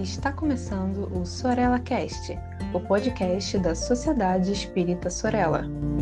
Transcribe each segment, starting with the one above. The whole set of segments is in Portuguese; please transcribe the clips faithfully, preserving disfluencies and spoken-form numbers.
Está começando o Sorella Cast, o podcast da Sociedade Espírita Sorella.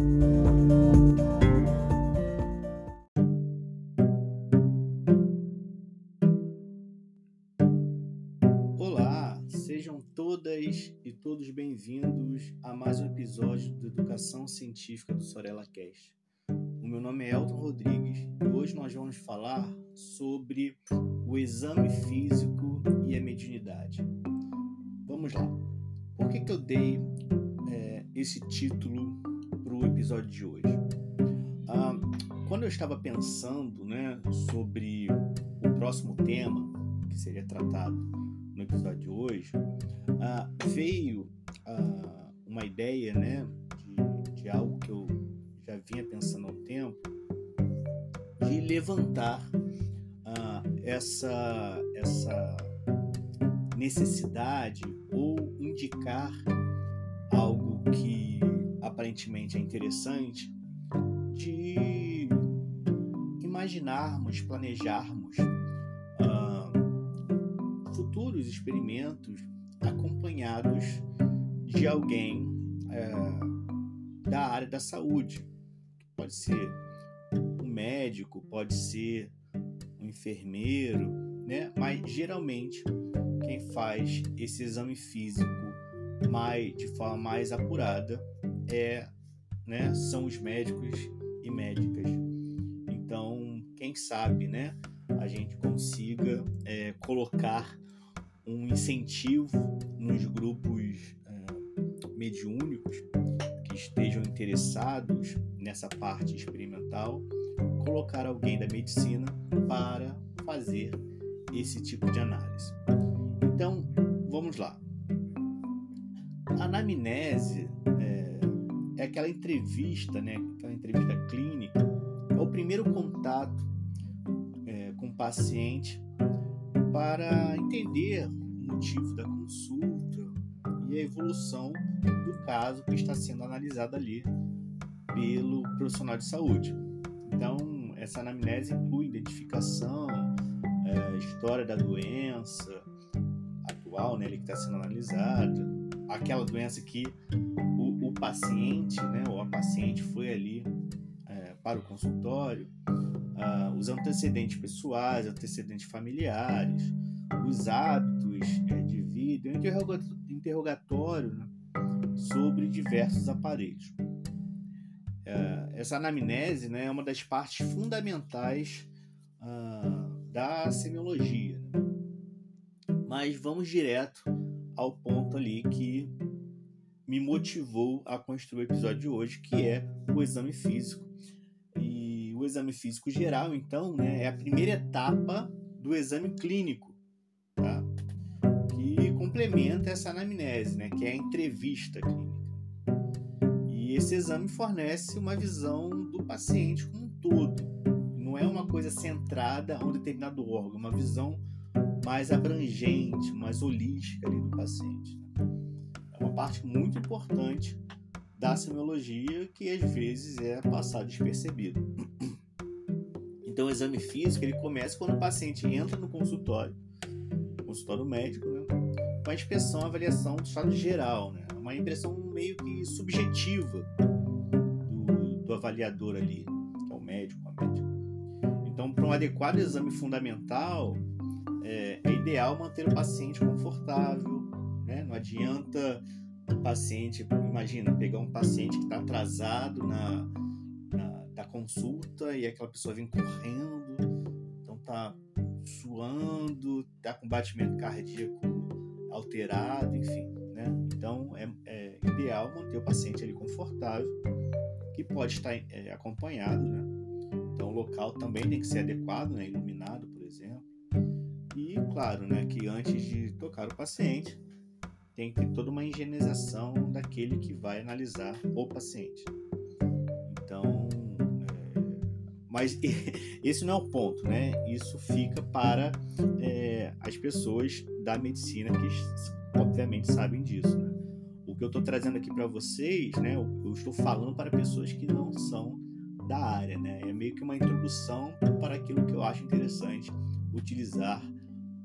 Olá, sejam todas e todos bem-vindos a mais um episódio do Educação Científica do Sorella Cast. O meu nome é Elton Rodrigues e hoje nós vamos falar sobre o exame físico e a mediunidade. Vamos lá. Por que, que eu dei é, esse título para o episódio de hoje? Ah, quando eu estava pensando, né, sobre o próximo tema que seria tratado no episódio de hoje, ah, veio ah, uma ideia, né, de, de algo que eu já vinha pensando há um tempo, de levantar ah, essa, essa necessidade ou indicar algo que aparentemente é interessante de imaginarmos, planejarmos ah, futuros experimentos acompanhados de alguém é, da área da saúde. Pode ser um médico, pode ser um enfermeiro, né? Mas geralmente quem faz esse exame físico mais, de forma mais apurada é, né, são os médicos e médicas. Então, quem sabe, né, a gente consiga é, colocar um incentivo nos grupos é, mediúnicos que estejam interessados nessa parte experimental, colocar alguém da medicina para fazer esse tipo de análise. Então, vamos lá. A anamnese é, é aquela entrevista, né, aquela entrevista clínica, é o primeiro contato é, com o paciente para entender o motivo da consulta e a evolução do caso que está sendo analisado ali pelo profissional de saúde. Então, essa anamnese inclui identificação, é, história da doença atual, né, que está sendo analisada, aquela doença que o, o paciente, né, ou a paciente foi ali é, para o consultório, ah, os antecedentes pessoais, antecedentes familiares, os hábitos é, de vida, um interrogatório, né, sobre diversos aparelhos. É, essa anamnese, né, é uma das partes fundamentais ah, da semiologia. Né? Mas vamos direto ao ponto ali que me motivou a construir o episódio de hoje, que é o exame físico. E o exame físico geral, então, né, é a primeira etapa do exame clínico, tá? Que complementa essa anamnese, né, que é a entrevista clínica. E esse exame fornece uma visão do paciente como um todo. Não é uma coisa centrada a um determinado órgão, é uma visão mais abrangente, mais holística ali do paciente. É uma parte muito importante da semiologia que às vezes é passada despercebido. Então o exame físico ele começa quando o paciente entra no consultório, consultório médico, né, com a inspeção, a avaliação do estado geral, né, uma impressão meio que subjetiva do, do avaliador ali, que é o médico, a médica. Então, para um adequado exame fundamental, é, é ideal manter o paciente confortável, né? Não adianta o paciente, imagina, pegar um paciente que está atrasado na, na, na consulta e aquela pessoa vem correndo, então está suando, está com batimento cardíaco alterado, enfim, né? Então é, é ideal manter o paciente ali confortável, que pode estar é, acompanhado, né? Então o local também tem que ser adequado, né? Iluminado, por exemplo. E claro, né, que antes de tocar o paciente tem que ter toda uma higienização daquele que vai analisar o paciente. Então, é... mas esse não é o ponto, né? Isso fica para é, as pessoas da medicina que obviamente sabem disso, né? O que eu estou trazendo aqui para vocês, né? Eu estou falando para pessoas que não são da área, né? É meio que uma introdução para aquilo que eu acho interessante utilizar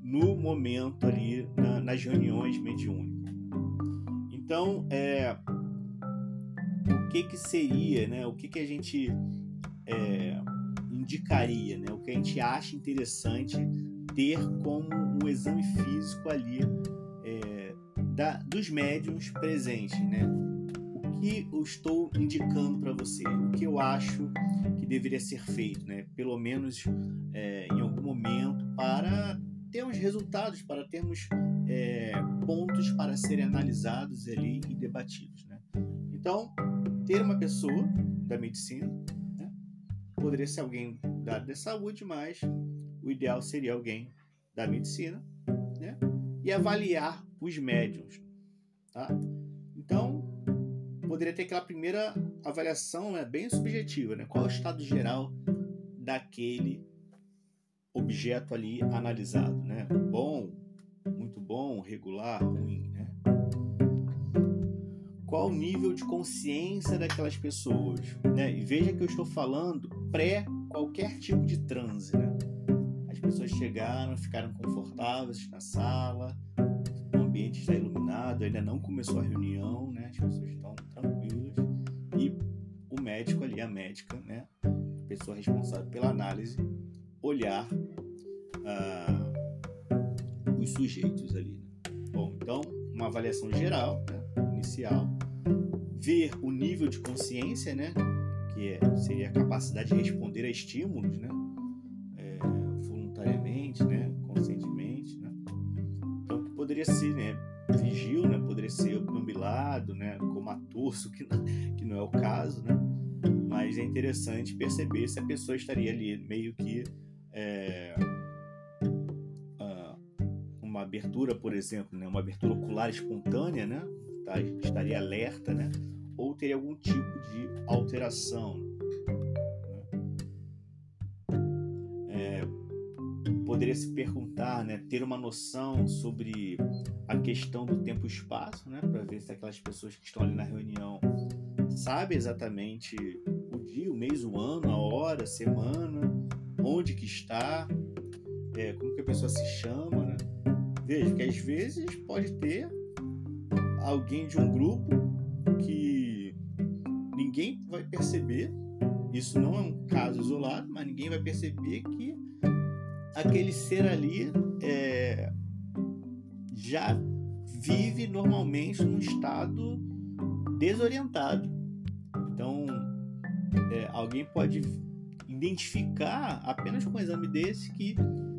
no momento ali, na, nas reuniões mediúnicas. Então, é, o que que seria, né? O que que a gente é, indicaria, né? O que a gente acha interessante ter como um exame físico ali é, da, dos médiuns presentes, né? O que eu estou indicando para você, o que eu acho que deveria ser feito, né? Pelo menos é, em algum momento, para termos resultados, para termos é, pontos para serem analisados ali e debatidos, né? Então, ter uma pessoa da medicina, né? Poderia ser alguém da área da saúde, mas o ideal seria alguém da medicina, né? E avaliar os médiuns, tá? Então, poderia ter aquela primeira avaliação, né, bem subjetiva, né? Qual é o estado geral daquele objeto ali analisado, né? Bom, muito bom, regular, ruim, né? Qual o nível de consciência daquelas pessoas, né? E veja que eu estou falando pré qualquer tipo de transe, né? As pessoas chegaram, ficaram confortáveis na sala, o ambiente está iluminado, ainda não começou a reunião, né? As pessoas estão tranquilas e o médico ali, a médica, né? A pessoa responsável pela análise, olhar ah, os sujeitos ali, né? Bom, então, uma avaliação geral, né? Inicial, ver o nível de consciência, né? Que é, seria a capacidade de responder a estímulos, né? É, voluntariamente, né? Conscientemente, né? Então, que poderia ser, né? Vigil, né? Poderia ser obnubilado, né? Comatorso, que não, que não é o caso, né? Mas é interessante perceber se a pessoa estaria ali meio que é, uma abertura, por exemplo, né? Uma abertura ocular espontânea, né? Tá? Estaria alerta, né? Ou teria algum tipo de alteração, né? É, poderia se perguntar, né? Ter uma noção sobre a questão do tempo e espaço, né? Para ver se aquelas pessoas que estão ali na reunião sabem exatamente o dia, o mês, o ano, a hora, a semana, onde que está, é, como que a pessoa se chama, né? Veja que às vezes pode ter alguém de um grupo que ninguém vai perceber, isso não é um caso isolado, mas ninguém vai perceber que aquele ser ali é, já vive normalmente num estado desorientado. Então, é, alguém pode identificar apenas com um exame desse que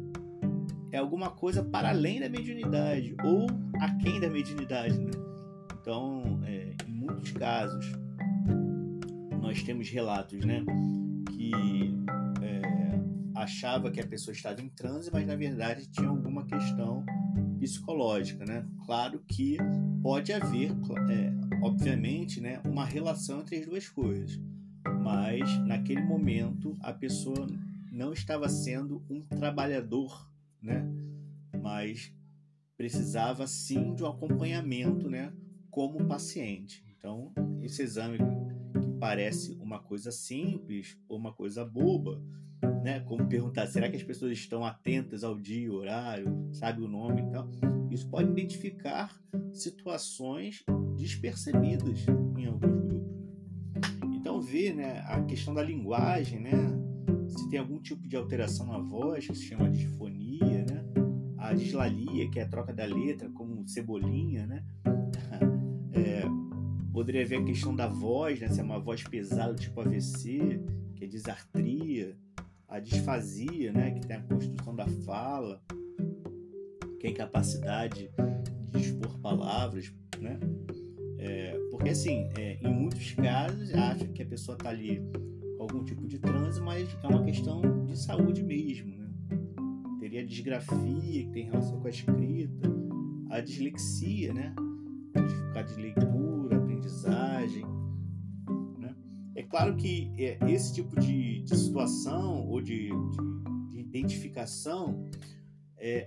é alguma coisa para além da mediunidade ou aquém da mediunidade, né? Então, é, em muitos casos, nós temos relatos, né, que é, achava que a pessoa estava em transe, mas na verdade tinha alguma questão psicológica, né? Claro que pode haver, é, obviamente, né, uma relação entre as duas coisas, mas naquele momento a pessoa não estava sendo um trabalhador, né? Mas precisava sim de um acompanhamento, né, como paciente. Então, esse exame que parece uma coisa simples ou uma coisa boba, né, como perguntar, será que as pessoas estão atentas ao dia, horário, sabe o nome e tal? Isso pode identificar situações despercebidas em alguns grupos, né? Então, ver, né, a questão da linguagem, né, se tem algum tipo de alteração na voz, que se chama de disfonia, né? A dislalia, que é a troca da letra, como cebolinha, né? É, poderia ver a questão da voz, né? Se é uma voz pesada, tipo A V C, que é disartria, a disfasia, né? Que tem a construção da fala, que é a incapacidade de expor palavras, né? É, porque, assim, é, em muitos casos, acha que a pessoa está ali com algum tipo de transe, mas é uma questão de saúde mesmo, né? Teria a disgrafia, que tem relação com a escrita, a dislexia, né? Dificuldade de leitura, aprendizagem, né? É claro que é, esse tipo de, de situação ou de, de, de identificação é,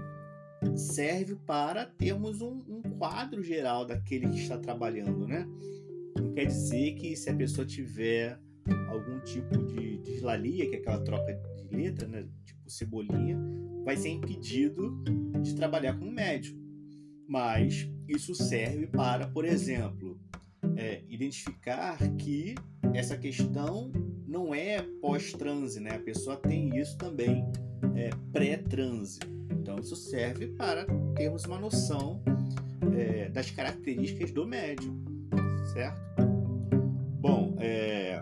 serve para termos um, um quadro geral daquele que está trabalhando, né? Não quer dizer que se a pessoa tiver algum tipo de dislalia, que é aquela troca de letra, né? Tipo cebolinha, vai ser impedido de trabalhar como médico. Mas isso serve para, por exemplo, é, identificar que essa questão não é pós-transe, né? A pessoa tem isso também é, pré-transe. Então isso serve para termos uma noção é, das características do médium, certo? Bom, é,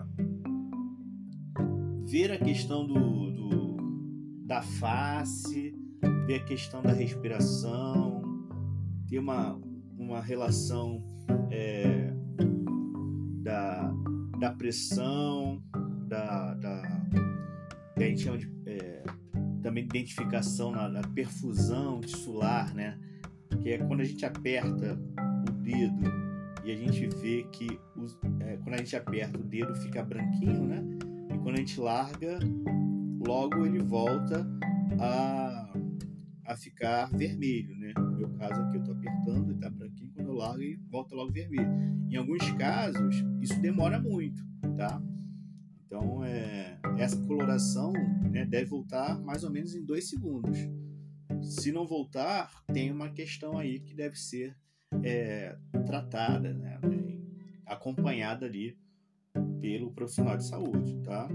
ver a questão do, do, da face, ver a questão da respiração, ter uma, uma relação é, da, da pressão, da, da, que a gente chama de é, também identificação na, na perfusão tissular, né? Que é quando a gente aperta o dedo e a gente vê que os, é, quando a gente aperta o dedo fica branquinho, né? E quando a gente larga, logo ele volta a, a ficar vermelho, né? No meu caso aqui eu estou apertando e está branquinho, quando eu largo ele volta logo vermelho. Em alguns casos isso demora muito, tá? Então é, essa coloração, né, deve voltar mais ou menos em dois segundos. Se não voltar, tem uma questão aí que deve ser é, tratada, né, acompanhada ali pelo profissional de saúde, tá?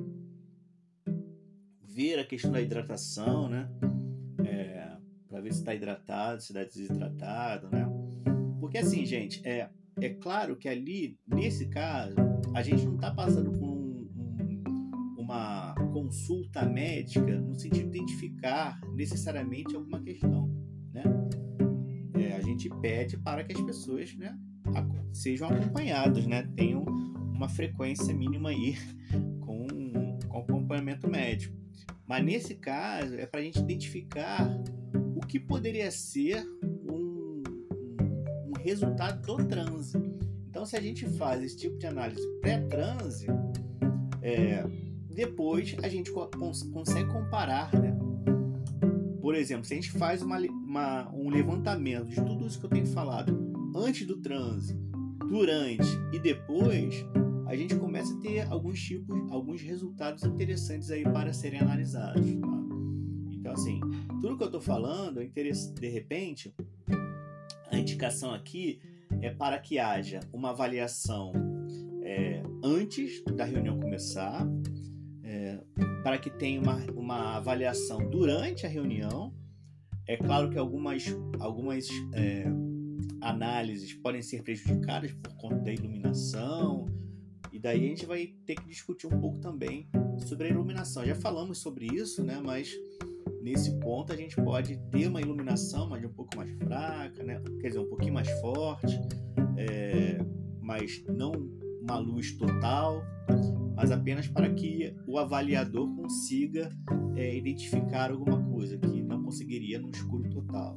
Ver a questão da hidratação, né? É, para ver se está hidratado, se está desidratado, né? Porque assim, gente, é, é claro que ali, nesse caso, a gente não está passando por um, um, uma consulta médica no sentido de identificar necessariamente alguma questão, né? É, a gente pede para que as pessoas, né, sejam acompanhadas, né? Tenham uma frequência mínima aí com, com acompanhamento médico. Mas nesse caso é para a gente identificar o que poderia ser um, um, um resultado do transe. Então, se a gente faz esse tipo de análise pré-transe, é, depois a gente cons- consegue comparar, né? Por exemplo, se a gente faz uma, uma, um levantamento de tudo isso que eu tenho falado antes do transe, durante e depois, a gente começa a ter alguns tipos, alguns resultados interessantes aí para serem analisados, tá? Então, assim, tudo que eu estou falando, de repente, a indicação aqui é para que haja uma avaliação é, antes da reunião começar, é, para que tenha uma, uma avaliação durante a reunião. É claro que algumas, algumas é, análises podem ser prejudicadas por conta da iluminação, e daí a gente vai ter que discutir um pouco também sobre a iluminação. Já falamos sobre isso, né? Mas nesse ponto a gente pode ter uma iluminação, mas um pouco mais fraca, né? Quer dizer, um pouquinho mais forte, é, mas não uma luz total, mas apenas para que o avaliador consiga é, identificar alguma coisa que não conseguiria no escuro total.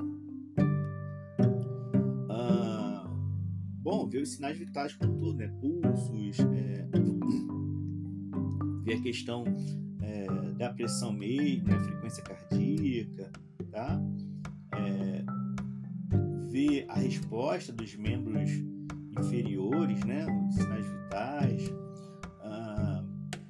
Ah, bom, ver os sinais vitais com tudo, né? Pulsos, é, ver a questão é, da pressão mesmo, né? Frequência cardíaca, tá? É, ver a resposta dos membros inferiores, né? Os sinais vitais. Ah,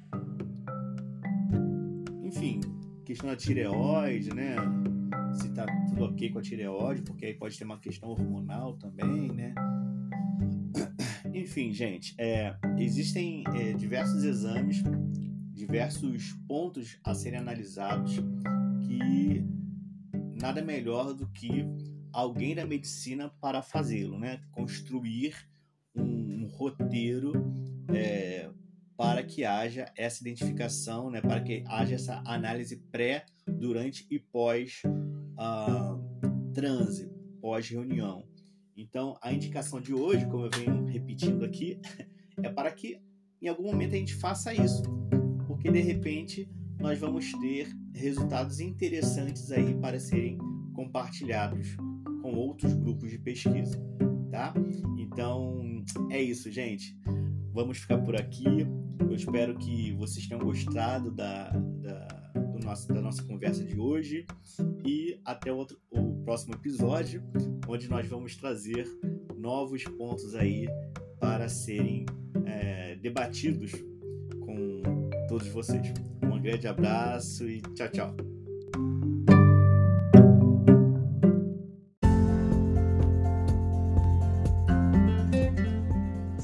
enfim, questão da tireoide, né? Se tá tudo ok com a tireoide, porque aí pode ter uma questão hormonal também, né? Enfim, gente, é, existem é, diversos exames, diversos pontos a serem analisados, que nada melhor do que alguém da medicina para fazê-lo, né? Construir um, um roteiro é, para que haja essa identificação, né? Para que haja essa análise pré, durante e pós uh, transe, pós reunião. Então, a indicação de hoje, como eu venho repetindo aqui, é para que em algum momento a gente faça isso, porque de repente nós vamos ter resultados interessantes aí para serem compartilhados com outros grupos de pesquisa, tá? Então, é isso, gente. Vamos ficar por aqui. Eu espero que vocês tenham gostado da, da, do nosso, da nossa conversa de hoje, e até o, outro, o próximo episódio, onde nós vamos trazer novos pontos aí para serem é, debatidos com todos vocês. Um grande abraço e tchau, tchau.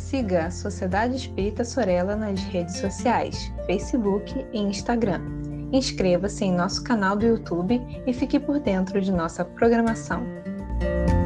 Siga a Sociedade Espírita Sorella nas redes sociais, Facebook e Instagram. Inscreva-se em nosso canal do YouTube e fique por dentro de nossa programação.